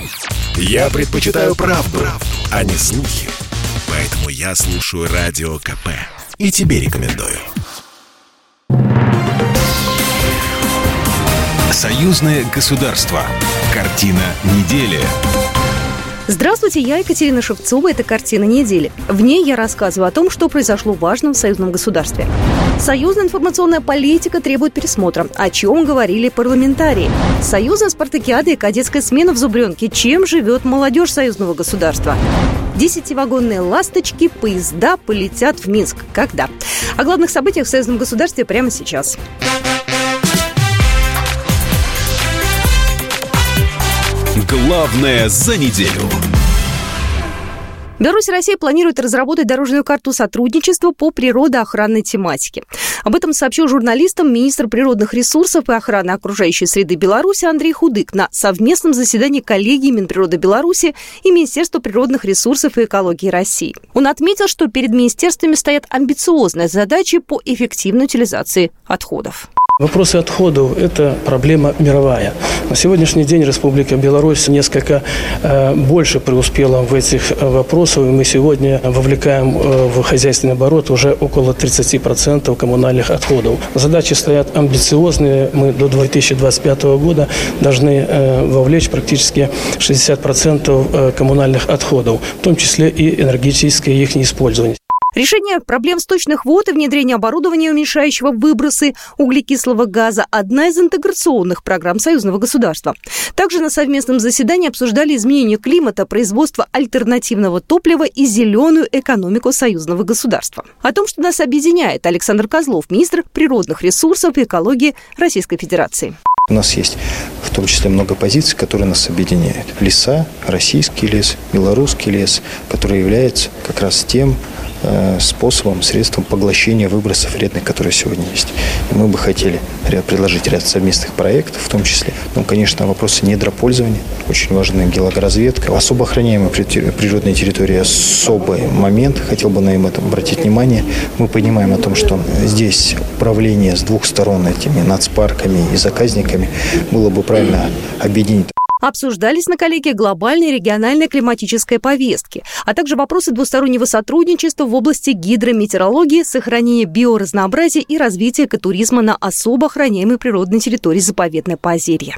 Я предпочитаю правду, а не слухи. Поэтому я слушаю Радио КП. И тебе рекомендую. Союзное государство. Картина недели. Здравствуйте, я Екатерина Шевцова. Это «Картина недели». В ней я рассказываю о том, что произошло важно в союзном государстве. Союзная информационная политика требует пересмотра. О чем говорили парламентарии? Союзная спартакиада и кадетская смена в Зубренке. Чем живет молодежь союзного государства? 10-вагонные ласточки, поезда полетят в Минск. Когда? О главных событиях в союзном государстве прямо сейчас. Главное за неделю. Беларусь и Россия планируют разработать дорожную карту сотрудничества по природоохранной тематике. Об этом сообщил журналистам министр природных ресурсов и охраны окружающей среды Беларуси Андрей Худык на совместном заседании коллегии Минприроды Беларуси и Министерства природных ресурсов и экологии России. Он отметил, что перед министерствами стоят амбициозные задачи по эффективной утилизации отходов. Вопросы отходов – это проблема мировая. На сегодняшний день Республика Беларусь несколько больше преуспела в этих вопросах. И мы сегодня вовлекаем в хозяйственный оборот уже около 30% коммунальных отходов. Задачи стоят амбициозные. Мы до 2025 года должны вовлечь практически 60% коммунальных отходов, в том числе и энергетическое их неиспользование. Решение проблем сточных вод и внедрение оборудования, уменьшающего выбросы углекислого газа – одна из интеграционных программ союзного государства. Также на совместном заседании обсуждали изменение климата, производство альтернативного топлива и зеленую экономику союзного государства. О том, что нас объединяет, Александр Козлов, министр природных ресурсов и экологии Российской Федерации. У нас есть в том числе много позиций, которые нас объединяют. Леса, российский лес, белорусский лес, который является как раз тем способом, средством поглощения выбросов вредных, которые сегодня есть. И мы бы хотели предложить ряд совместных проектов, в том числе, конечно, вопросы недропользования, очень важна геологоразведка. Особо охраняемые природные территории – особый момент, хотел бы на этом обратить внимание. Мы понимаем о том, что здесь управление с двух сторон этими нацпарками и заказниками было бы правильно объединить. Обсуждались на коллегии глобальные и региональные климатические повестки, а также вопросы двустороннего сотрудничества в области гидрометеорологии, сохранения биоразнообразия и развития экотуризма на особо охраняемой природной территории заповедное Поозерье.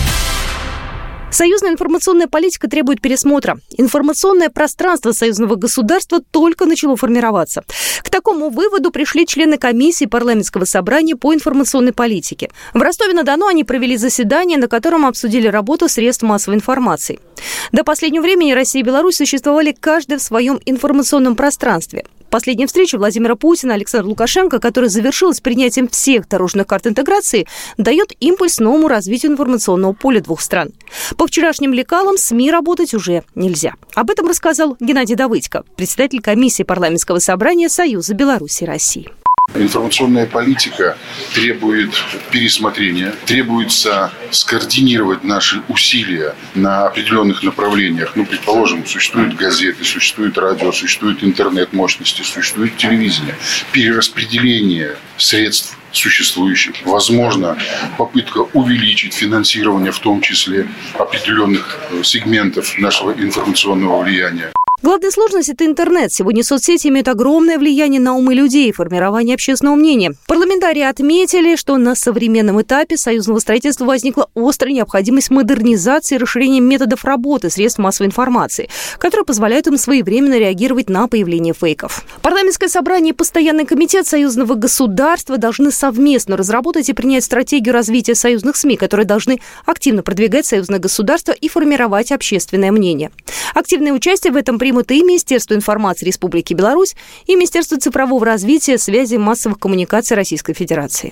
Союзная информационная политика требует пересмотра. Информационное пространство союзного государства только начало формироваться. К такому выводу пришли члены комиссии парламентского собрания по информационной политике. В Ростове-на-Дону они провели заседание, на котором обсудили работу средств массовой информации. До последнего времени Россия и Беларусь существовали каждый в своем информационном пространстве. Последняя встреча Владимира Путина и Александра Лукашенко, которая завершилась принятием всех дорожных карт интеграции, дает импульс новому развитию информационного поля двух стран. По вчерашним лекалам СМИ работать уже нельзя. Об этом рассказал Геннадий Давыдько, председатель комиссии парламентского собрания Союза Беларуси и России. Информационная политика требует пересмотрения, требуется скоординировать наши усилия на определенных направлениях. Предположим, существуют газеты, существует радио, существует интернет-мощности, существует телевидение. Перераспределение средств существующих. Возможно, попытка увеличить финансирование, в том числе определенных сегментов нашего информационного влияния. Главная сложность – это интернет. Сегодня соцсети имеют огромное влияние на умы людей и формирование общественного мнения. Парламентарии отметили, что на современном этапе союзного строительства возникла острая необходимость модернизации и расширения методов работы средств массовой информации, которые позволяют им своевременно реагировать на появление фейков. Парламентское собрание и постоянный комитет союзного государства должны совместно разработать и принять стратегию развития союзных СМИ, которые должны активно продвигать союзное государство и формировать общественное мнение. Активное участие в этом примут и Министерство информации Республики Беларусь, и Министерство цифрового развития, связи и массовых коммуникаций Российской Федерации.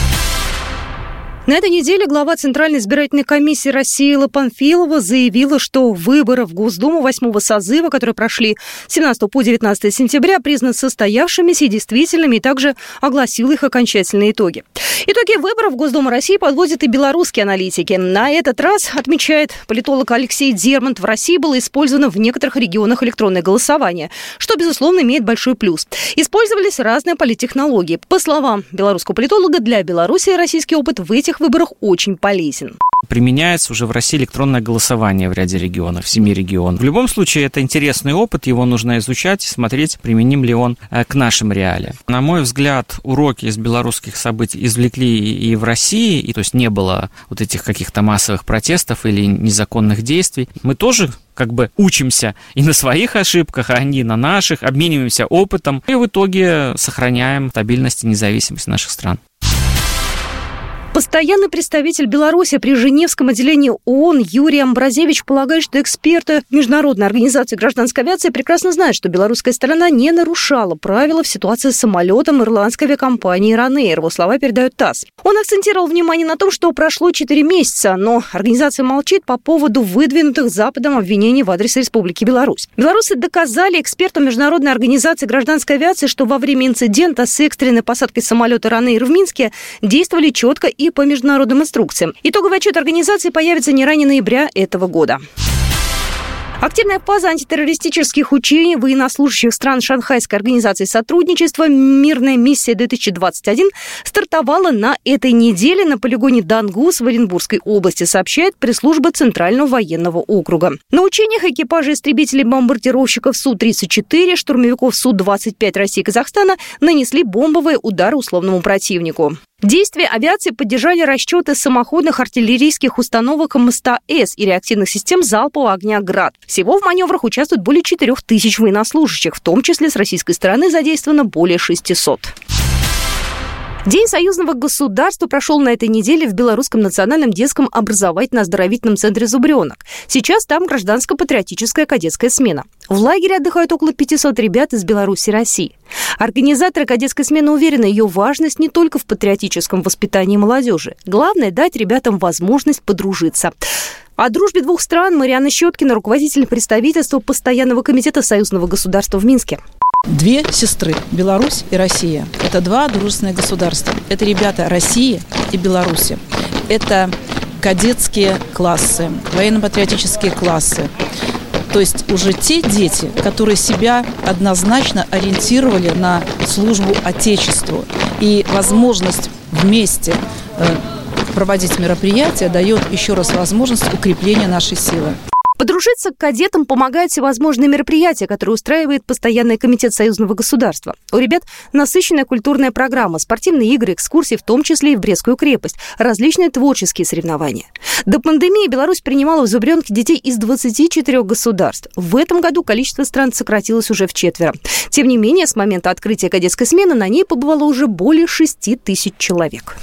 На этой неделе глава Центральной избирательной комиссии России Элла Памфилова заявила, что выборы в Госдуму 8-го созыва, которые прошли с 17 по 19 сентября, признаны состоявшимися и действительными, и также огласила их окончательные итоги. Итоги выборов в Госдуму России подводят и белорусские аналитики. На этот раз, отмечает политолог Алексей Дермант, в России было использовано в некоторых регионах электронное голосование, что, безусловно, имеет большой плюс. Использовались разные политтехнологии. По словам белорусского политолога, для Беларуси российский опыт в этих выборах очень полезен. Применяется уже в России электронное голосование в ряде регионов, в 7 регионах. В любом случае, это интересный опыт, его нужно изучать и смотреть, применим ли он к нашим реалиям. На мой взгляд, уроки из белорусских событий извлекли и в России, и то есть не было вот этих каких-то массовых протестов или незаконных действий. Мы тоже учимся и на своих ошибках, а они на наших, обмениваемся опытом и в итоге сохраняем стабильность и независимость наших стран. Постоянный представитель Беларуси при Женевском отделении ООН Юрий Амбразевич полагает, что эксперты Международной организации гражданской авиации прекрасно знают, что белорусская сторона не нарушала правила в ситуации с самолетом ирландской авиакомпании Ryanair. Его слова передает ТАСС. Он акцентировал внимание на том, что прошло 4 месяца, но организация молчит по поводу выдвинутых Западом обвинений в адрес Республики Беларусь. Белорусы доказали экспертам Международной организации гражданской авиации, что во время инцидента с экстренной посадкой самолета Ryanair в Минске действовали четко и по международным инструкциям. Итоговый отчет организации появится не ранее ноября этого года. Активная фаза антитеррористических учений военнослужащих стран Шанхайской организации сотрудничества «Мирная миссия-2021» стартовала на этой неделе на полигоне Дангус в Оренбургской области, сообщает пресс-служба Центрального военного округа. На учениях экипажи истребителей-бомбардировщиков Су-34, штурмовиков Су-25 России и Казахстана нанесли бомбовые удары условному противнику. Действия авиации поддержали расчеты самоходных артиллерийских установок МСТ-С и реактивных систем залпового огня «Град». Всего в маневрах участвуют более 4000 военнослужащих, в том числе с российской стороны задействовано более 600. День союзного государства прошел на этой неделе в Белорусском национальном детском образовательно-оздоровительном центре «Зубренок». Сейчас там гражданско-патриотическая кадетская смена. В лагере отдыхают около 500 ребят из Беларуси и России. Организаторы кадетской смены уверены, ее важность не только в патриотическом воспитании молодежи. Главное – дать ребятам возможность подружиться. О дружбе двух стран Марианна Щеткина, руководитель представительства Постоянного комитета союзного государства в Минске. 2 сестры – Беларусь и Россия. Это 2 дружественных государства. Это ребята России и Беларуси. Это кадетские классы, военно-патриотические классы. То есть уже те дети, которые себя однозначно ориентировали на службу Отечеству. И возможность вместе проводить мероприятия дает еще раз возможность укрепления нашей силы. Подружиться к кадетам помогают всевозможные мероприятия, которые устраивает Постоянный комитет союзного государства. У ребят насыщенная культурная программа, спортивные игры, экскурсии, в том числе и в Брестскую крепость, различные творческие соревнования. До пандемии Беларусь принимала в Зубренке детей из 24 государств. В этом году количество стран сократилось уже вчетверо. Тем не менее, с момента открытия кадетской смены на ней побывало уже более 6000 человек.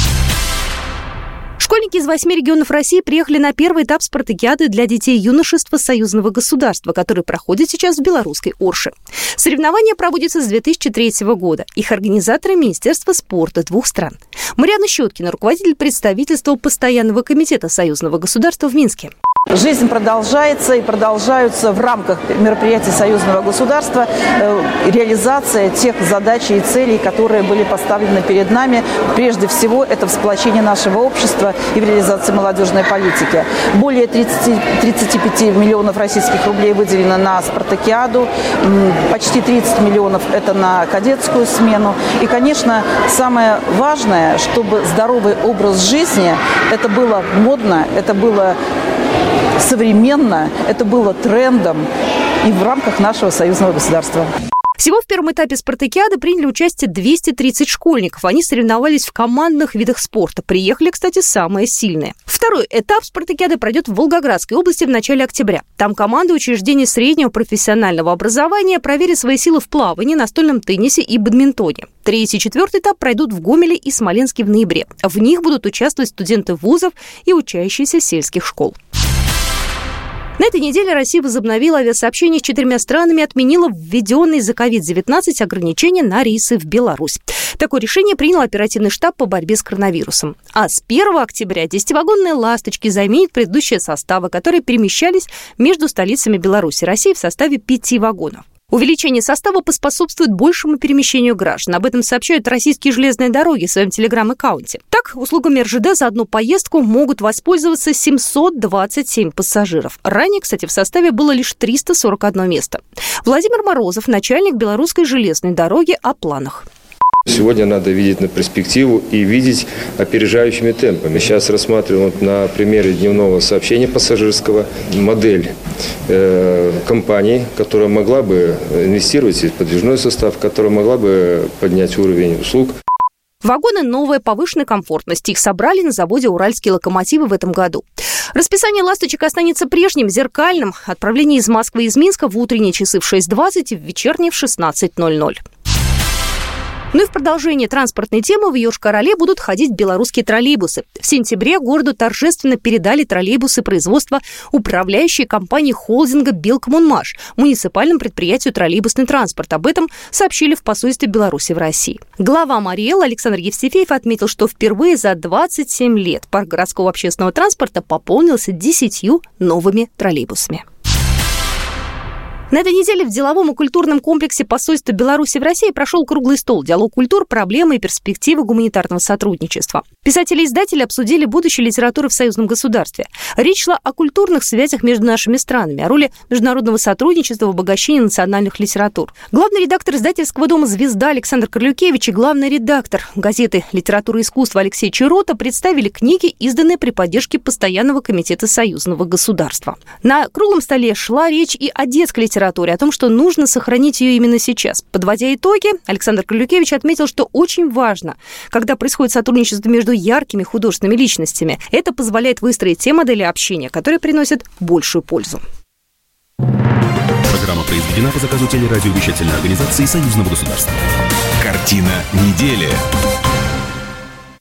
Школьники из 8 регионов России приехали на первый этап спартакиады для детей юношества союзного государства, который проходит сейчас в белорусской Орше. Соревнования проводятся с 2003 года. Их организаторы – Министерство спорта 2 стран. Марианна Щеткина, руководитель представительства Постоянного комитета союзного государства в Минске. Жизнь продолжается и продолжаются в рамках мероприятий союзного государства реализация тех задач и целей, которые были поставлены перед нами. Прежде всего, это в сплочении нашего общества и в реализации молодежной политики. Более 35 миллионов российских рублей выделено на спартакиаду, почти 30 миллионов – это на кадетскую смену. И, конечно, самое важное, чтобы здоровый образ жизни – это было модно, это было современно, это было трендом и в рамках нашего союзного государства. Всего в первом этапе спартакиады приняли участие 230 школьников. Они соревновались в командных видах спорта. Приехали, кстати, самые сильные. Второй этап спартакиады пройдет в Волгоградской области в начале октября. Там команды учреждений среднего профессионального образования проверят свои силы в плавании, настольном теннисе и бадминтоне. 3-й и 4-й этап пройдут в Гомеле и Смоленске в ноябре. В них будут участвовать студенты вузов и учащиеся сельских школ. На этой неделе Россия возобновила авиасообщение с 4 странами и отменила введенные из-за COVID-19 ограничения на рейсы в Беларусь. Такое решение принял оперативный штаб по борьбе с коронавирусом. А с 1 октября 10-вагонные «Ласточки» заменят предыдущие составы, которые перемещались между столицами Беларуси и России в составе 5 вагонов. Увеличение состава поспособствует большему перемещению граждан. Об этом сообщают российские железные дороги в своем телеграм-аккаунте. Так, услугами РЖД за одну поездку могут воспользоваться 727 пассажиров. Ранее, кстати, в составе было лишь 341 место. Владимир Морозов, начальник белорусской железной дороги, о планах. Сегодня надо видеть на перспективу и видеть опережающими темпами. Сейчас рассматриваем на примере дневного сообщения пассажирского модель компании, которая могла бы инвестировать в подвижной состав, которая могла бы поднять уровень услуг. Вагоны новые, повышенной комфортности. Их собрали на заводе «Уральские локомотивы» в этом году. Расписание «Ласточек» останется прежним, зеркальным. Отправление из Москвы и из Минска в утренние часы в 6:20 и в вечерние в 16:00. Ну и в продолжение транспортной темы в Йошкар-Оле будут ходить белорусские троллейбусы. В сентябре городу торжественно передали троллейбусы производства управляющей компании холдинга «Белкоммунмаш», муниципальному предприятию «Троллейбусный транспорт». Об этом сообщили в посольстве Беларуси в России. Глава МАРИЭЛ Александр Евстифеев отметил, что впервые за 27 лет парк городского общественного транспорта пополнился 10 новыми троллейбусами. На этой неделе в деловом и культурном комплексе посольства Беларуси в России прошел круглый стол «Диалог культур. Проблемы и перспективы гуманитарного сотрудничества». Писатели и издатели обсудили будущее литературы в союзном государстве. Речь шла о культурных связях между нашими странами, о роли международного сотрудничества в обогащении национальных литератур. Главный редактор издательского дома «Звезда» Александр Корлюкевич и главный редактор газеты «Литература и искусство» Алексей Чирота представили книги, изданные при поддержке Постоянного комитета союзного государства. На круглом столе шла речь и о детской литературе, о том, что нужно сохранить ее именно сейчас. Подводя итоги, Александр Корлюкевич отметил, что очень важно, когда происходит сотрудничество между яркими художественными личностями. Это позволяет выстроить те модели общения, которые приносят большую пользу. Программа произведена по заказу телерадиовещательной организации Союзного государства. Картина недели.